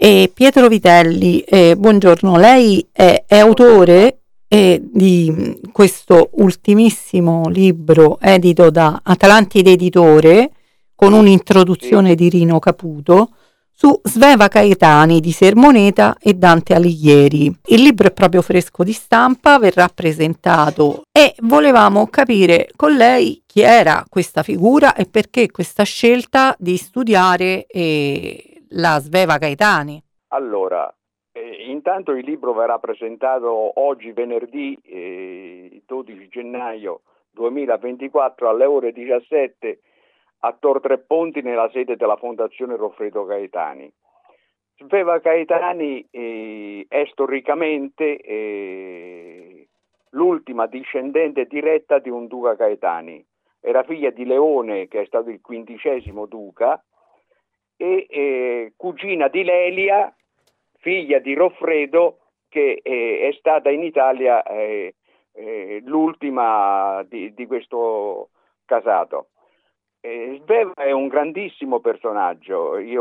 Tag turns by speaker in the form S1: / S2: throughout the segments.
S1: Pietro Vitelli, buongiorno, lei è autore di questo ultimissimo libro edito da Atlantide Editore con un'introduzione di Rino Caputo su Sveva Caetani di Sermoneta e Dante Alighieri. Il libro è proprio fresco di stampa, verrà presentato e volevamo capire con lei chi era questa figura e perché questa scelta di studiare la Sveva Caetani.
S2: Allora, intanto il libro verrà presentato oggi venerdì 12 gennaio 2024 alle ore 17 a Tor Tre Ponti nella sede della Fondazione Goffredo Caetani. Sveva Caetani è storicamente l'ultima discendente diretta di un duca Caetani. Era figlia di Leone, che è stato il 15° duca, e cugina di Lelia, figlia di Goffredo, che è stata in Italia l'ultima di questo casato. Sveva è un grandissimo personaggio. Io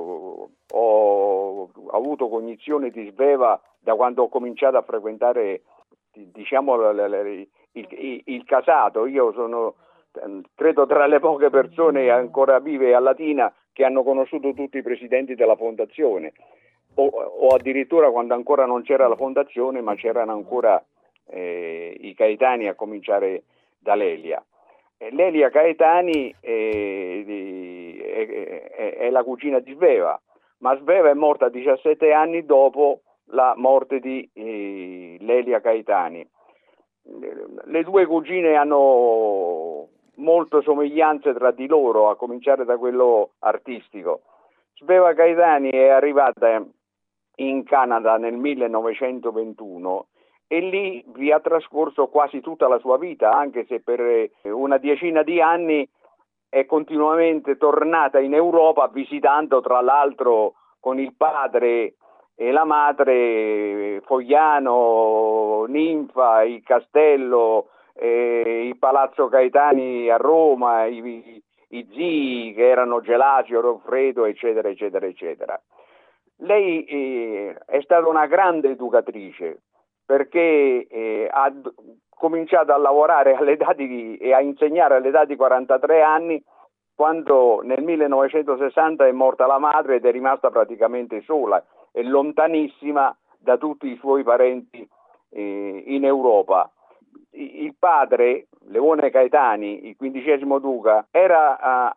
S2: ho avuto cognizione di Sveva da quando ho cominciato a frequentare, diciamo, il casato. Io sono, credo, tra le poche persone ancora vive a Latina che hanno conosciuto tutti i presidenti della fondazione, o addirittura quando ancora non c'era la fondazione, ma c'erano ancora i Caetani, a cominciare da Lelia. Lelia Caetani è la cugina di Sveva, ma Sveva è morta 17 anni dopo la morte di Lelia Caetani. Le due cugine hanno molte somiglianze tra di loro, a cominciare da quello artistico. Sveva Caetani è arrivata in Canada nel 1921 e lì vi ha trascorso quasi tutta la sua vita, anche se per una decina di anni è continuamente tornata in Europa, visitando tra l'altro con il padre e la madre Fogliano, Ninfa, il castello, il Palazzo Caetani a Roma, i zii che erano Gelasio, Goffredo, eccetera, eccetera, eccetera. Lei è stata una grande educatrice, perché ha cominciato a lavorare all'età e a insegnare all'età di 43 anni, quando nel 1960 è morta la madre ed è rimasta praticamente sola e lontanissima da tutti i suoi parenti in Europa. Il padre, Leone Caetani, il 15° duca, era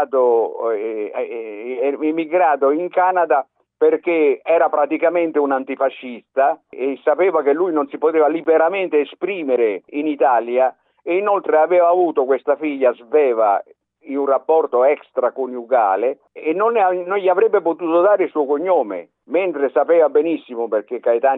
S2: emigrato in Canada perché era praticamente un antifascista e sapeva che lui non si poteva liberamente esprimere in Italia, e inoltre aveva avuto questa figlia Sveva in un rapporto extraconiugale e non gli avrebbe potuto dare il suo cognome, mentre sapeva benissimo, perché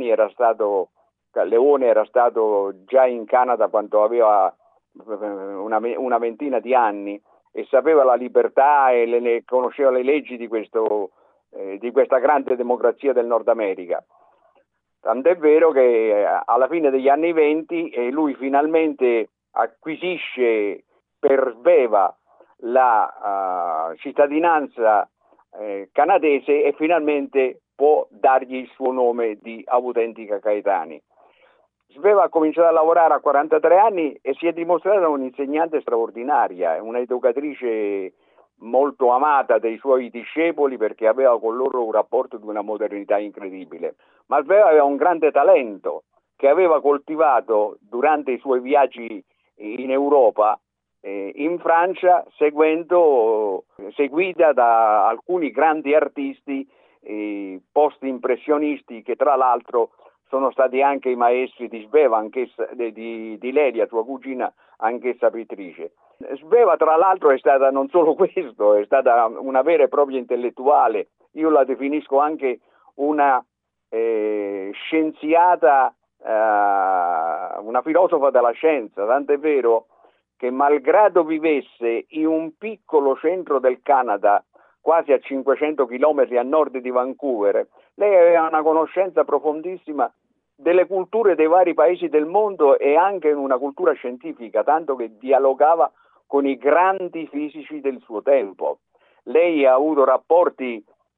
S2: Leone era stato già in Canada quando aveva una ventina di anni e sapeva la libertà e conosceva le leggi di questa grande democrazia del Nord America. Tant'è vero che alla fine degli anni 20 lui finalmente acquisisce per Sveva la cittadinanza canadese e finalmente può dargli il suo nome di autentica Caetani. Sveva ha cominciato a lavorare a 43 anni e si è dimostrata un'insegnante straordinaria, un'educatrice molto amata dai suoi discepoli, perché aveva con loro un rapporto di una modernità incredibile. Ma Sveva aveva un grande talento che aveva coltivato durante i suoi viaggi in Europa, in Francia, seguita da alcuni grandi artisti post-impressionisti, che tra l'altro sono stati anche i maestri di Sveva, anch'essa, di Lelia, sua cugina, anch'essa pittrice. Sveva, tra l'altro, è stata non solo questo, è stata una vera e propria intellettuale. Io la definisco anche una scienziata, una filosofa della scienza, tant'è vero che, malgrado vivesse in un piccolo centro del Canada, quasi a 500 chilometri a nord di Vancouver, lei aveva una conoscenza profondissima delle culture dei vari paesi del mondo e anche una cultura scientifica, tanto che dialogava con i grandi fisici del suo tempo. Lei ha avuto rapporti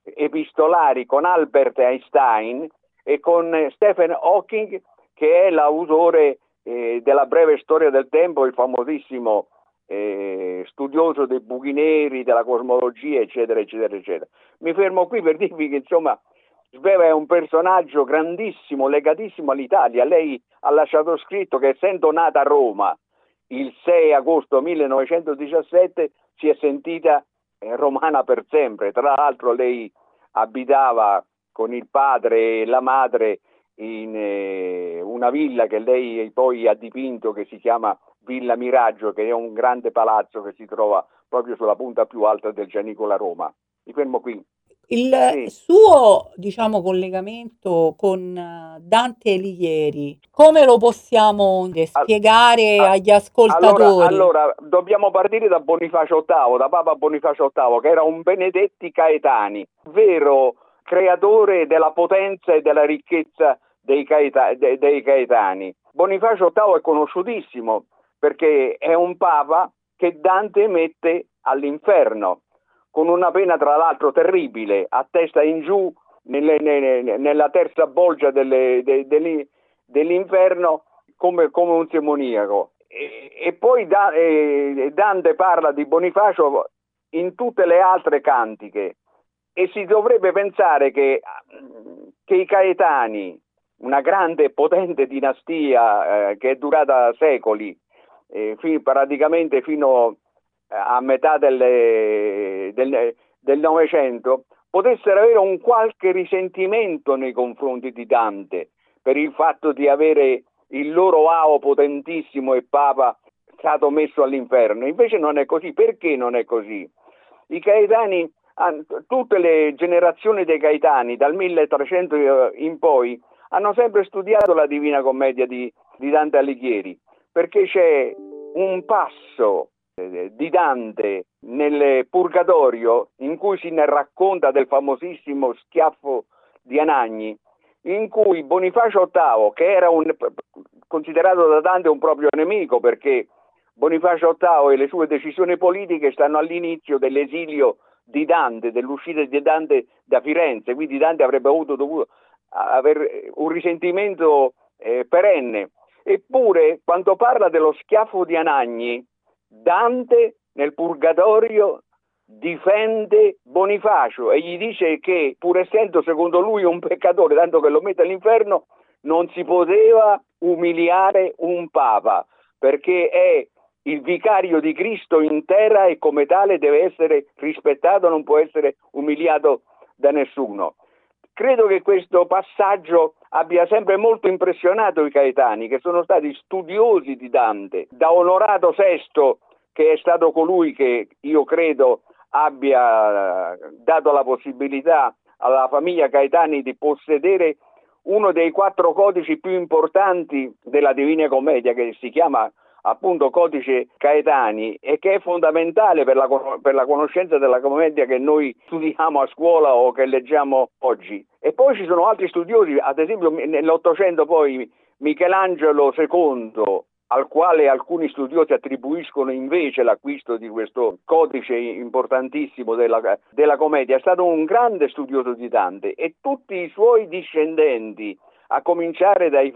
S2: epistolari con Albert Einstein e con Stephen Hawking, che è l'autore della breve storia del tempo, il famosissimo studioso dei buchi neri, della cosmologia, eccetera, eccetera, eccetera. Mi fermo qui per dirvi che insomma Sveva è un personaggio grandissimo, legatissimo all'Italia. Lei ha lasciato scritto che, essendo nata a Roma il 6 agosto 1917, si è sentita romana per sempre. Tra l'altro lei abitava con il padre e la madre in una villa che lei poi ha dipinto, che si chiama Villa Miraggio, che è un grande palazzo che si trova proprio sulla punta più alta del Gianicolo a Roma. Mi fermo qui.
S1: Il suo, diciamo, collegamento con Dante Alighieri, come lo possiamo spiegare agli ascoltatori?
S2: Allora, dobbiamo partire da Bonifacio VIII, da Papa Bonifacio VIII, che era un Benedetti Caetani, vero creatore della potenza e della ricchezza dei Caetani. Bonifacio VIII è conosciutissimo perché è un Papa che Dante mette all'inferno, con una pena tra l'altro terribile, a testa in giù nella terza bolgia dell'inferno come un demoniaco. E poi Dante parla di Bonifacio in tutte le altre cantiche, e si dovrebbe pensare che i Caetani, una grande e potente dinastia che è durata secoli, praticamente fino a metà del Novecento, potessero avere un qualche risentimento nei confronti di Dante per il fatto di avere il loro Ao potentissimo e Papa stato messo all'inferno. Invece non è così. Perché non è così? I Caetani, tutte le generazioni dei Caetani dal 1300 in poi, hanno sempre studiato la Divina Commedia di Dante Alighieri, perché c'è un passo di Dante nel Purgatorio in cui si ne racconta del famosissimo schiaffo di Anagni, in cui Bonifacio VIII, che era considerato da Dante un proprio nemico, perché Bonifacio VIII e le sue decisioni politiche stanno all'inizio dell'esilio di Dante, dell'uscita di Dante da Firenze, quindi Dante avrebbe dovuto avere un risentimento perenne. Eppure, quando parla dello schiaffo di Anagni, Dante nel Purgatorio difende Bonifacio e gli dice che, pur essendo secondo lui un peccatore, tanto che lo mette all'inferno, non si poteva umiliare un papa, perché è il vicario di Cristo in terra e come tale deve essere rispettato, non può essere umiliato da nessuno. Credo che questo passaggio abbia sempre molto impressionato i Caetani, che sono stati studiosi di Dante. Da Onorato VI, che è stato colui che io credo abbia dato la possibilità alla famiglia Caetani di possedere uno dei 4 codici più importanti della Divina Commedia, che si chiama appunto Codice Caetani, e che è fondamentale per la conoscenza della commedia che noi studiamo a scuola o che leggiamo oggi. E poi ci sono altri studiosi, ad esempio nell'Ottocento poi Michelangelo II, al quale alcuni studiosi attribuiscono invece l'acquisto di questo codice importantissimo della commedia, è stato un grande studioso di Dante, e tutti i suoi discendenti, a cominciare dai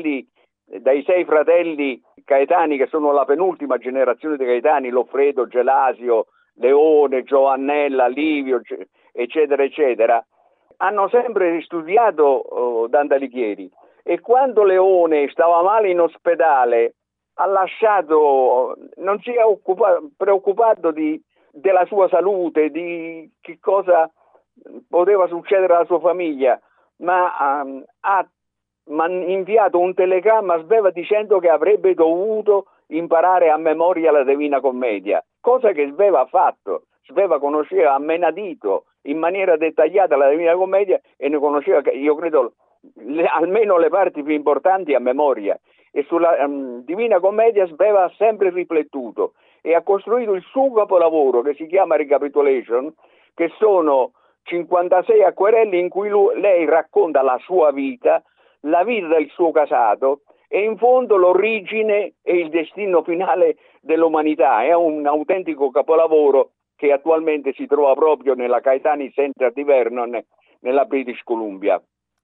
S2: 6 fratelli Caetani, che sono la penultima generazione dei Caetani, Loffredo, Gelasio, Leone, Giovannella, Livio, eccetera, eccetera, hanno sempre studiato Dante Alighieri. E quando Leone stava male in ospedale, ha lasciato, non si è preoccupato della sua salute, di che cosa poteva succedere alla sua famiglia, ma ha inviato un telegramma a Sveva dicendo che avrebbe dovuto imparare a memoria la Divina Commedia, cosa che Sveva ha fatto. Sveva conosceva a menadito in maniera dettagliata la Divina Commedia e ne conosceva, io credo, almeno le parti più importanti a memoria. E sulla Divina Commedia Sveva ha sempre riflettuto e ha costruito il suo capolavoro, che si chiama Recapitulation, che sono 56 acquerelli in cui lei racconta la sua vita, la vita del suo casato e in fondo l'origine e il destino finale dell'umanità. È un autentico capolavoro che attualmente si trova proprio nella Caetani Center di Vernon, nella British Columbia.